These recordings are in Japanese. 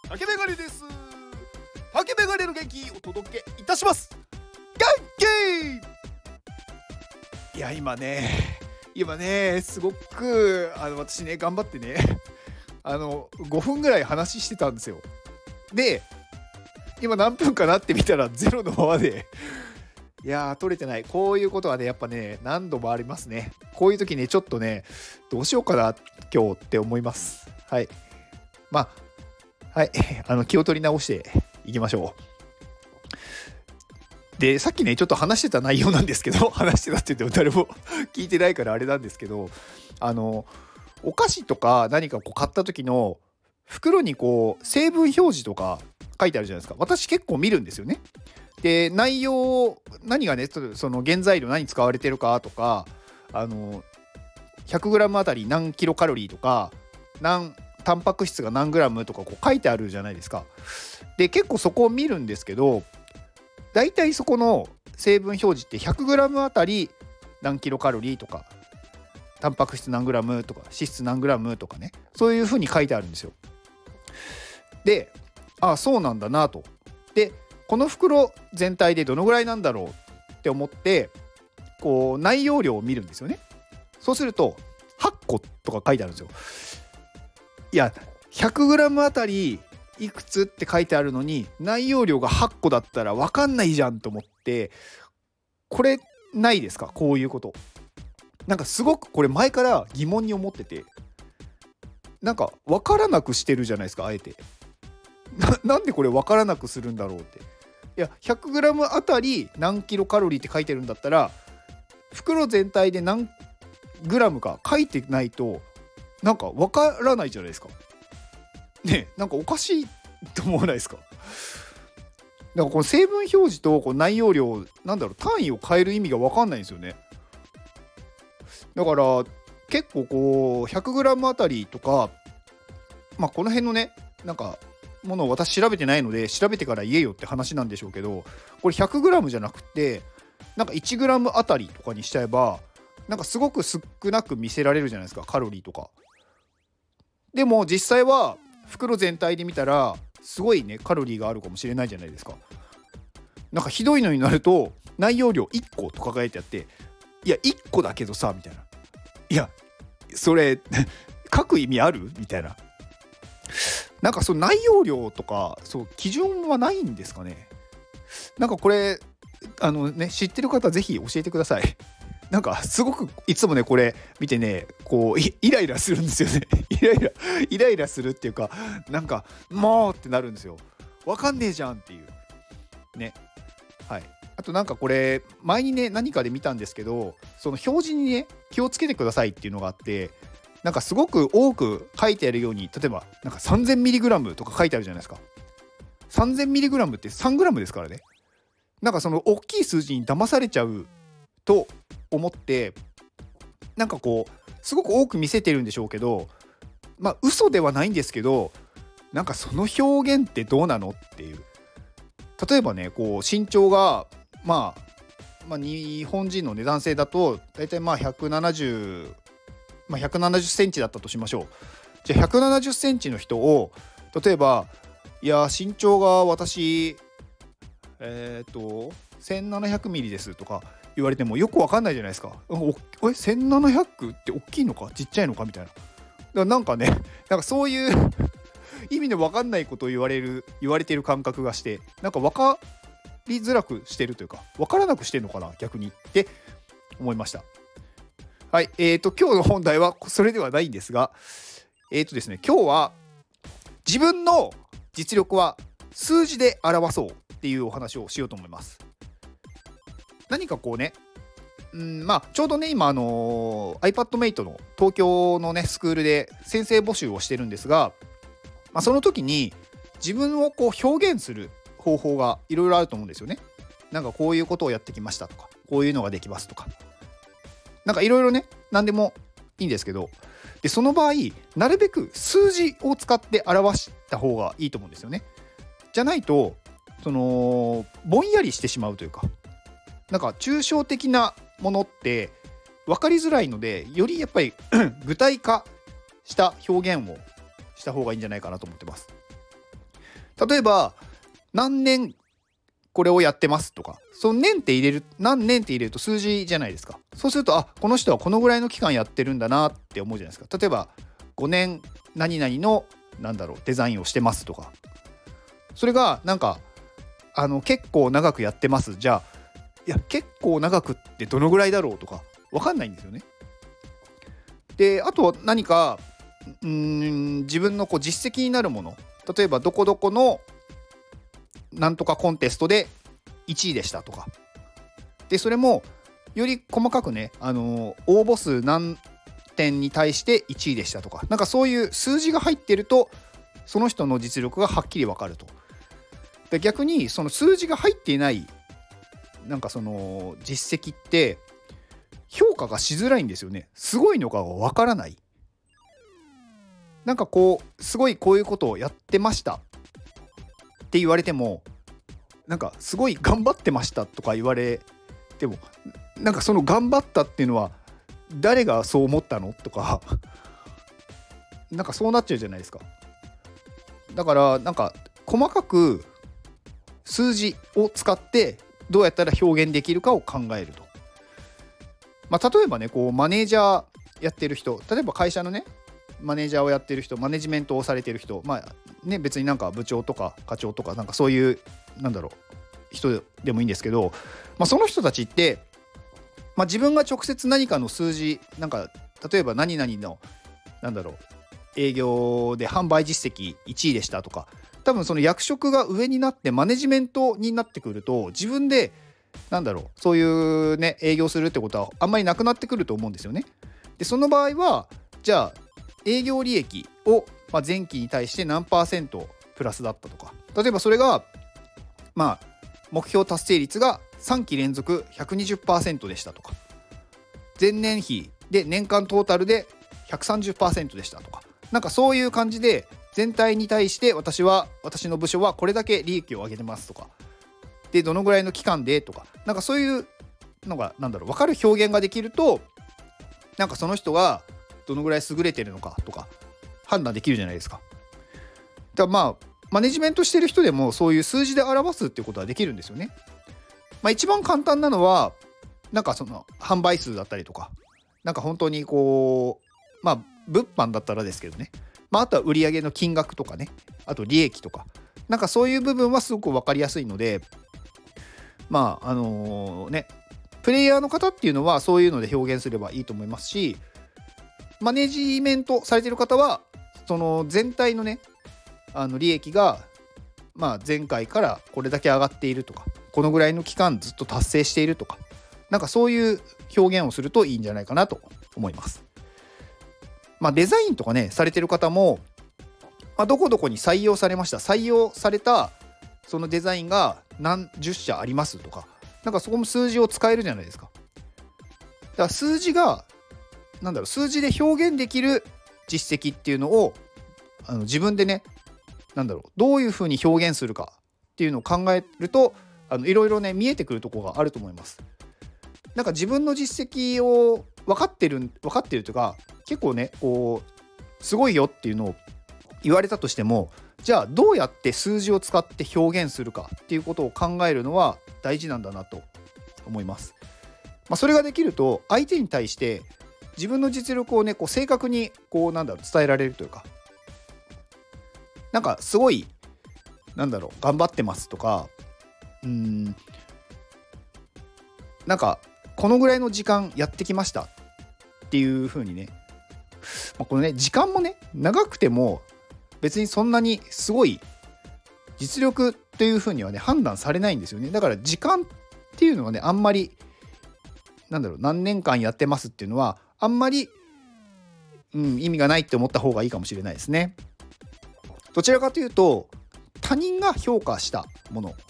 竹メガネです。竹メガネの元気お届けいたします。元気。いや今ねすごく私ね頑張ってね5分ぐらい話してたんですよ。で今何分かなってみたらゼロのままでいやー取れてない。こういうことはねやっぱね何度もありますね。こういう時ねちょっとねどうしようかな今日って思います。はい、まあはい気を取り直していきましょう。でさっきねちょっと話してた内容なんですけど話してたって言っても誰も聞いてないからあれなんですけどお菓子とか何かこう買った時の袋にこう成分表示とか書いてあるじゃないですか。私結構見るんですよね。で内容何がねその原材料何使われてるかとか100g あたり何キロカロリーとかタンパク質が何グラムとかこう書いてあるじゃないですか。で結構そこを見るんですけどだいたいそこの成分表示って 100g あたり何キロカロリーとかタンパク質何グラムとか脂質何グラムとかねそういう風に書いてあるんですよ。でそうなんだなと。でこの袋全体でどのぐらいなんだろうって思ってこう内容量を見るんですよね。そうすると8個とか書いてあるんですよ。いや 100g あたりいくつって書いてあるのに内容量が8個だったら分かんないじゃんと思って、これないですか？こういうことなんかすごくこれ前から疑問に思ってて、なんか分からなくしてるじゃないですか。あえてなんでこれ分からなくするんだろうって。いや 100g あたり何キロカロリーって書いてるんだったら袋全体で何グラムか書いてないとなんか分からないじゃないですかね。なんかおかしいと思わないですか？なんかこの成分表示とこう内容量単位を変える意味が分かんないんですよね。だから結構こう 100g あたりとかこの辺のねなんかものを私調べてないので調べてから言えよって話なんでしょうけど、これ 100g じゃなくてなんか 1g あたりとかにしちゃえばなんかすごく少なく見せられるじゃないですか、カロリーとか。でも実際は袋全体で見たらすごいねカロリーがあるかもしれないじゃないですか。なんかひどいのになると内容量1個とか書いてあって、いや1個だけどさみたいな、いやそれ書く意味あるみたいな。なんかその内容量とかそう基準はないんですかね。なんかこれ知ってる方ぜひ教えてください。なんかすごくいつもねこれ見てねこうイライラするんですよねイライラするっていうかなんかもうってなるんですよ。わかんねえじゃんっていうね。はい。あとなんかこれ前にね何かで見たんですけど、その表示にね気をつけてくださいっていうのがあって、なんかすごく多く書いてあるように例えばなんか 3000mg とか書いてあるじゃないですか。 3000mg って 3g ですからね。なんかその大きい数字に騙されちゃうと思ってなんかこうすごく多く見せてるんでしょうけど、嘘ではないんですけどなんかその表現ってどうなのっていう。例えばねこう身長が日本人のね男性だとだいたい170センチだったとしましょう。じゃあ170センチの人を例えばいや身長が私1700ミリですとか言われてもよくわかんないじゃないですか。1700って大きいのかちっちゃいのかみたいな。だからなんかねなんかそういう意味のわかんないことを言われている感覚がして、なんか分かりづらくしてるというか分からなくしてるのかな逆にって思いました。はい、今日の本題はそれではないんですが、ですね今日は自分の実力は数字で表そうっていうお話をしようと思います。何かこうねちょうどね今iPadMate の東京のねスクールで先生募集をしてるんですが、その時に自分をこう表現する方法がいろいろあると思うんですよね。なんかこういうことをやってきましたとかこういうのができますとかなんかいろいろね何でもいいんですけど、でその場合なるべく数字を使って表した方がいいと思うんですよね。じゃないとぼんやりしてしまうというか、なんか抽象的なものって分かりづらいのでよりやっぱり具体化した表現をした方がいいんじゃないかなと思ってます。 例えば何年これをやってますとか、その年って入れる、何年って入れると数字じゃないですか。そうするとこの人はこのぐらいの期間やってるんだなって思うじゃないですか。例えば5年何々のデザインをしてますとか、それが結構長くやってます、じゃあいや結構長くってどのぐらいだろうとか分かんないんですよね。であと何か自分の実績になるもの、例えばどこどこのなんとかコンテストで1位でしたとかで、それもより細かくね、応募数何点に対して1位でしたとか、そういう数字が入ってるとその人の実力がはっきり分かると。で逆にその数字が入っていないその実績って評価がしづらいんですよね。すごいのかが分からない。すごいこういうことをやってましたって言われても、すごい頑張ってましたとか言われても、その頑張ったっていうのは誰がそう思ったのとかそうなっちゃうじゃないですか。だから細かく数字を使ってどうやったら表現できるかを考えると。例えばね、マネージャーやってる人、例えば会社のねマネージャーをやってる人、マネジメントをされてる人、別に部長とか課長とかそういう人でもいいんですけど、その人たちって、自分が直接何かの数字例えば何々の営業で販売実績1位でしたとか、多分その役職が上になってマネジメントになってくると、自分でそういうね営業するってことはあんまりなくなってくると思うんですよね。でその場合はじゃあ営業利益を前期に対して何%プラスだったとか、例えばそれが目標達成率が3期連続 120% でしたとか、前年比で年間トータルで 130% でしたとか、そういう感じで全体に対して私の部署はこれだけ利益を上げてますとかで、どのぐらいの期間でとか、そういうのが分かる表現ができると、その人がどのぐらい優れてるのかとか判断できるじゃないですか。だからマネジメントしてる人でもそういう数字で表すっていうことはできるんですよね。一番簡単なのはその販売数だったりとか、本当に物販だったらですけどね、あとは売上の金額とかね、あと利益とかそういう部分はすごく分かりやすいので、プレイヤーの方っていうのはそういうので表現すればいいと思いますし、マネジメントされてる方はその全体のね利益が前回からこれだけ上がっているとか、このぐらいの期間ずっと達成しているとか、そういう表現をするといいんじゃないかなと思います。デザインとかねされてる方も、どこどこに採用されました、採用されたそのデザインが何十社ありますとか、そこも数字を使えるじゃないですか。だから数字が数字で表現できる実績っていうのを自分でねどういうふうに表現するかっていうのを考えるといろいろね見えてくるところがあると思います。自分の実績を分かってるというか、結構ねすごいよっていうのを言われたとしても、じゃあどうやって数字を使って表現するかっていうことを考えるのは大事なんだなと思います。それができると相手に対して自分の実力をね正確に伝えられるというか、すごい頑張ってますとか、このぐらいの時間やってきましたっていう風にね、このね時間もね長くても別にそんなにすごい実力っていう風にはね判断されないんですよね。だから時間っていうのはねあんまり何年間やってますっていうのはあんまり、意味がないって思った方がいいかもしれないですね。どちらかというと他人が評価したもの、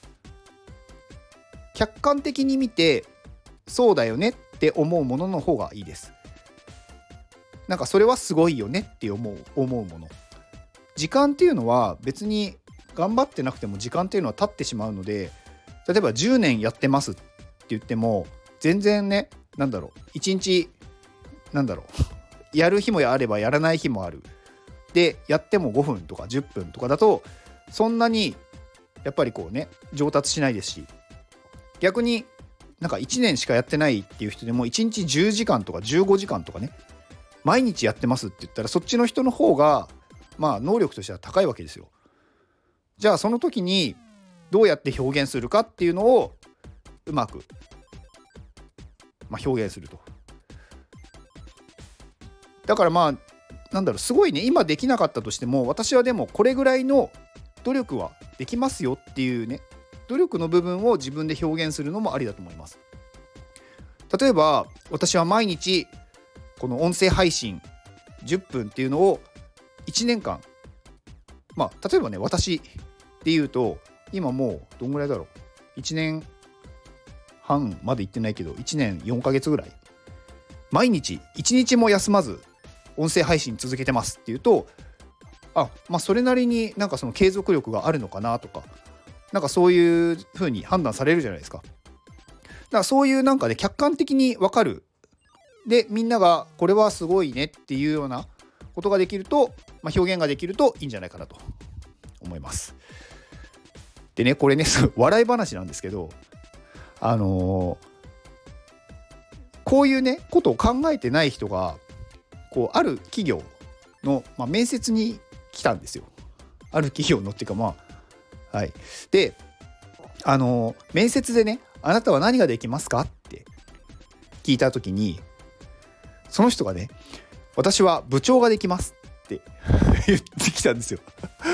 客観的に見てそうだよねって思うものの方がいいです。それはすごいよねって思うもの。時間っていうのは別に頑張ってなくても時間っていうのは経ってしまうので、例えば10年やってますって言っても全然ね1日やる日もあればやらない日もある。でやっても5分とか10分とかだとそんなにやっぱりこうね上達しないですし、逆になんか1年しかやってないっていう人でも1日10時間とか15時間とかね毎日やってますって言ったら、そっちの人の方がまあ能力としては高いわけですよ。じゃあその時にどうやって表現するかっていうのをうまく、表現すると。だからすごいね、今できなかったとしても私はでもこれぐらいの努力はできますよっていうね、努力の部分を自分で表現するのもありだと思います。例えば私は毎日この音声配信10分っていうのを1年間、例えばね私で言うと今もうどんぐらいだろう、1年半まで行ってないけど1年4ヶ月ぐらい毎日1日も休まず音声配信続けてますっていうと、それなりになんかその継続力があるのかなとか、なんかそういう風に判断されるじゃないですか。だからそういうなんかね客観的に分かる、でみんながこれはすごいねっていうようなことができると、表現ができるといいんじゃないかなと思います。でねこれね笑い話なんですけど、こういうねことを考えてない人がこうある企業の、面接に来たんですよ。ある企業のっていうかで面接でねあなたは何ができますかって聞いた時に、その人がね私は部長ができますって言ってきたんですよ。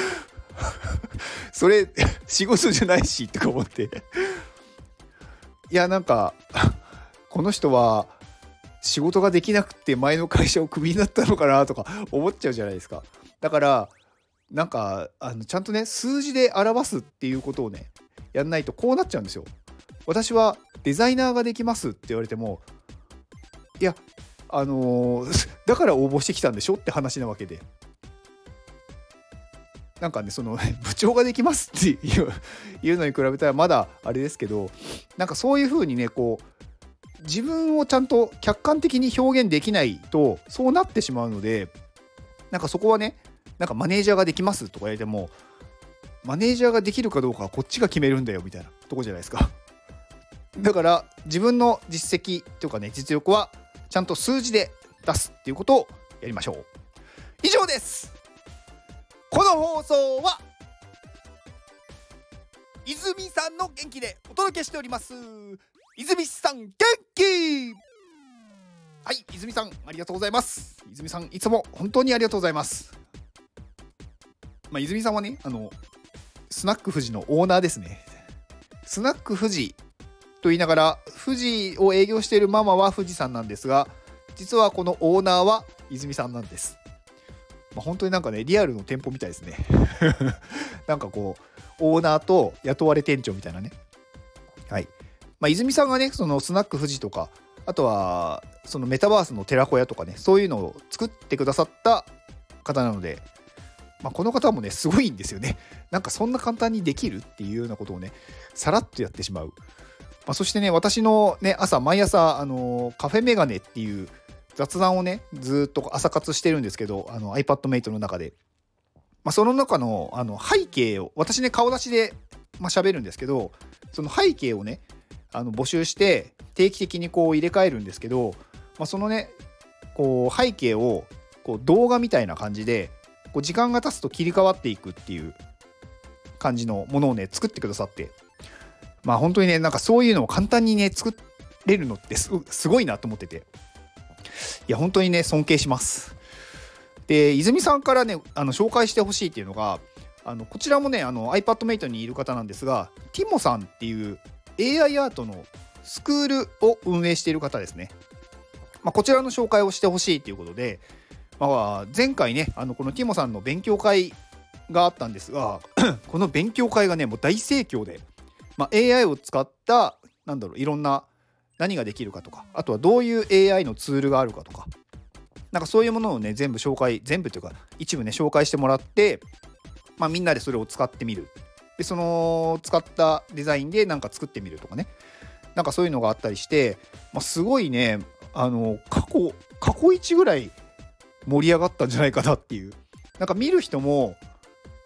それ仕事じゃないしとか思って、いやなんかこの人は仕事ができなくて前の会社をクビになったのかなとか思っちゃうじゃないですか。だからなんかちゃんとね数字で表すっていうことをねやんないとこうなっちゃうんですよ。私はデザイナーができますって言われても、いやだから応募してきたんでしょって話なわけで、なんかねその部長ができますっていうのに比べたらまだあれですけど、なんかそういう風にねこう自分をちゃんと客観的に表現できないとそうなってしまうので、なんかそこはねなんかマネージャーができますとか言われても、マネージャーができるかどうかはこっちが決めるんだよみたいなとこじゃないですか。だから自分の実績というかね実力はちゃんと数字で出すっていうことをやりましょう。以上です。この放送は泉さんの元気でお届けしております。泉さん元気。はい、泉さんありがとうございます。泉さんいつも本当にありがとうございます。泉さんはねスナック富士のオーナーですね。スナック富士と言いながら富士を営業しているママは富士さんなんですが、実はこのオーナーは泉さんなんです。本当になんかねリアルの店舗みたいですね。なんかこうオーナーと雇われ店長みたいなね。はい。泉さんがねそのスナック富士とか、あとはそのメタバースの寺子屋とかね、そういうのを作ってくださった方なので、この方もねすごいんですよね。なんかそんな簡単にできるっていうようなことをねさらっとやってしまう。そしてね私のね毎朝カフェメガネっていう雑談をねずっと朝活してるんですけど、iPadMate の中で、その中の背景を私ね顔出しで喋るんですけど、その背景をね募集して定期的にこう入れ替えるんですけど、そのねこう背景をこう動画みたいな感じでこう時間が経つと切り替わっていくっていう感じのものをね作ってくださって、本当にねなんかそういうのを簡単にね作れるのってすごいなと思ってて、いや本当にね尊敬します。で泉さんからね紹介してほしいっていうのがこちらもねiPadMate にいる方なんですが、ティモさんっていう AI アートのスクールを運営している方ですね。こちらの紹介をしてほしいということで、前回ねこのティモさんの勉強会があったんですがこの勉強会がねもう大盛況で、AI を使ったいろんな何ができるかとか、あとはどういう AI のツールがあるかとか、なんかそういうものをね全部というか一部ね紹介してもらって、みんなでそれを使ってみる。でその使ったデザインでなんか作ってみるとかね、なんかそういうのがあったりして、すごいね過去一ぐらい盛り上がったんじゃないかなっていう、なんか見る人も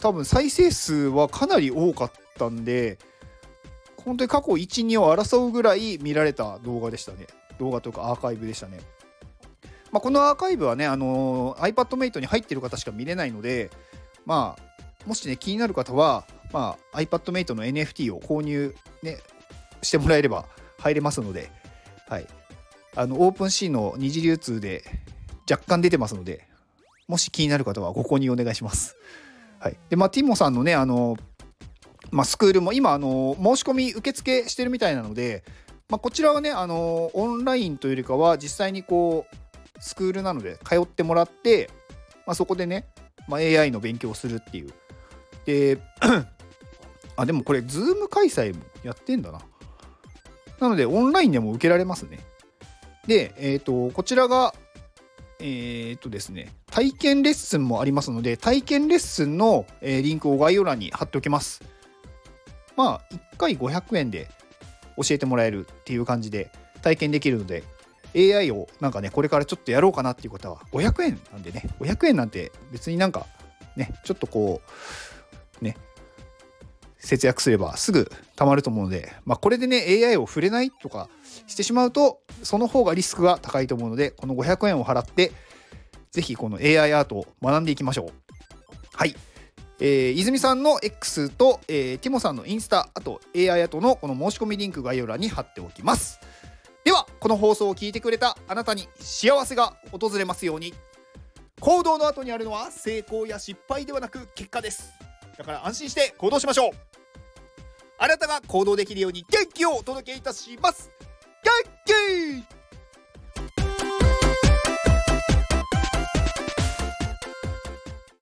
多分再生数はかなり多かったんで、本当に過去 1,2 を争うぐらい見られた動画でしたね。動画というかアーカイブでしたね。このアーカイブはね、iPadMate に入ってる方しか見れないので、もしね気になる方は、iPadMate の NFT を購入、ね、してもらえれば入れますので、はい、オープンシーの二次流通で若干出てますので、もし気になる方はご購入お願いします。はい、でティモさんのねスクールも今申し込み受付してるみたいなので、こちらはねオンラインというよりかは実際にこうスクールなので通ってもらって、そこでね、AI の勉強をするっていう。ででもこれ Zoom 開催もやってんだな。なのでオンラインでも受けられますね。でこちらがですね、体験レッスンもありますので、体験レッスンのリンクを概要欄に貼っておきます。1回500円で教えてもらえるっていう感じで体験できるので、 AI をなんかねこれからちょっとやろうかなっていう方は500円なんでね、500円なんて別になんかねちょっとこうね節約すればすぐ貯まると思うので、これでね AI を触れないとかしてしまうとその方がリスクが高いと思うので、この500円を払ってぜひこの AI アートを学んでいきましょう。はい、泉さんの X と、ティモさんのインスタ、あと AI アートのこの申し込みリンク概要欄に貼っておきます。ではこの放送を聞いてくれたあなたに幸せが訪れますように。行動の後にあるのは成功や失敗ではなく結果です。だから安心して行動しましょう。あなたが行動できるように元気をお届けいたします。元気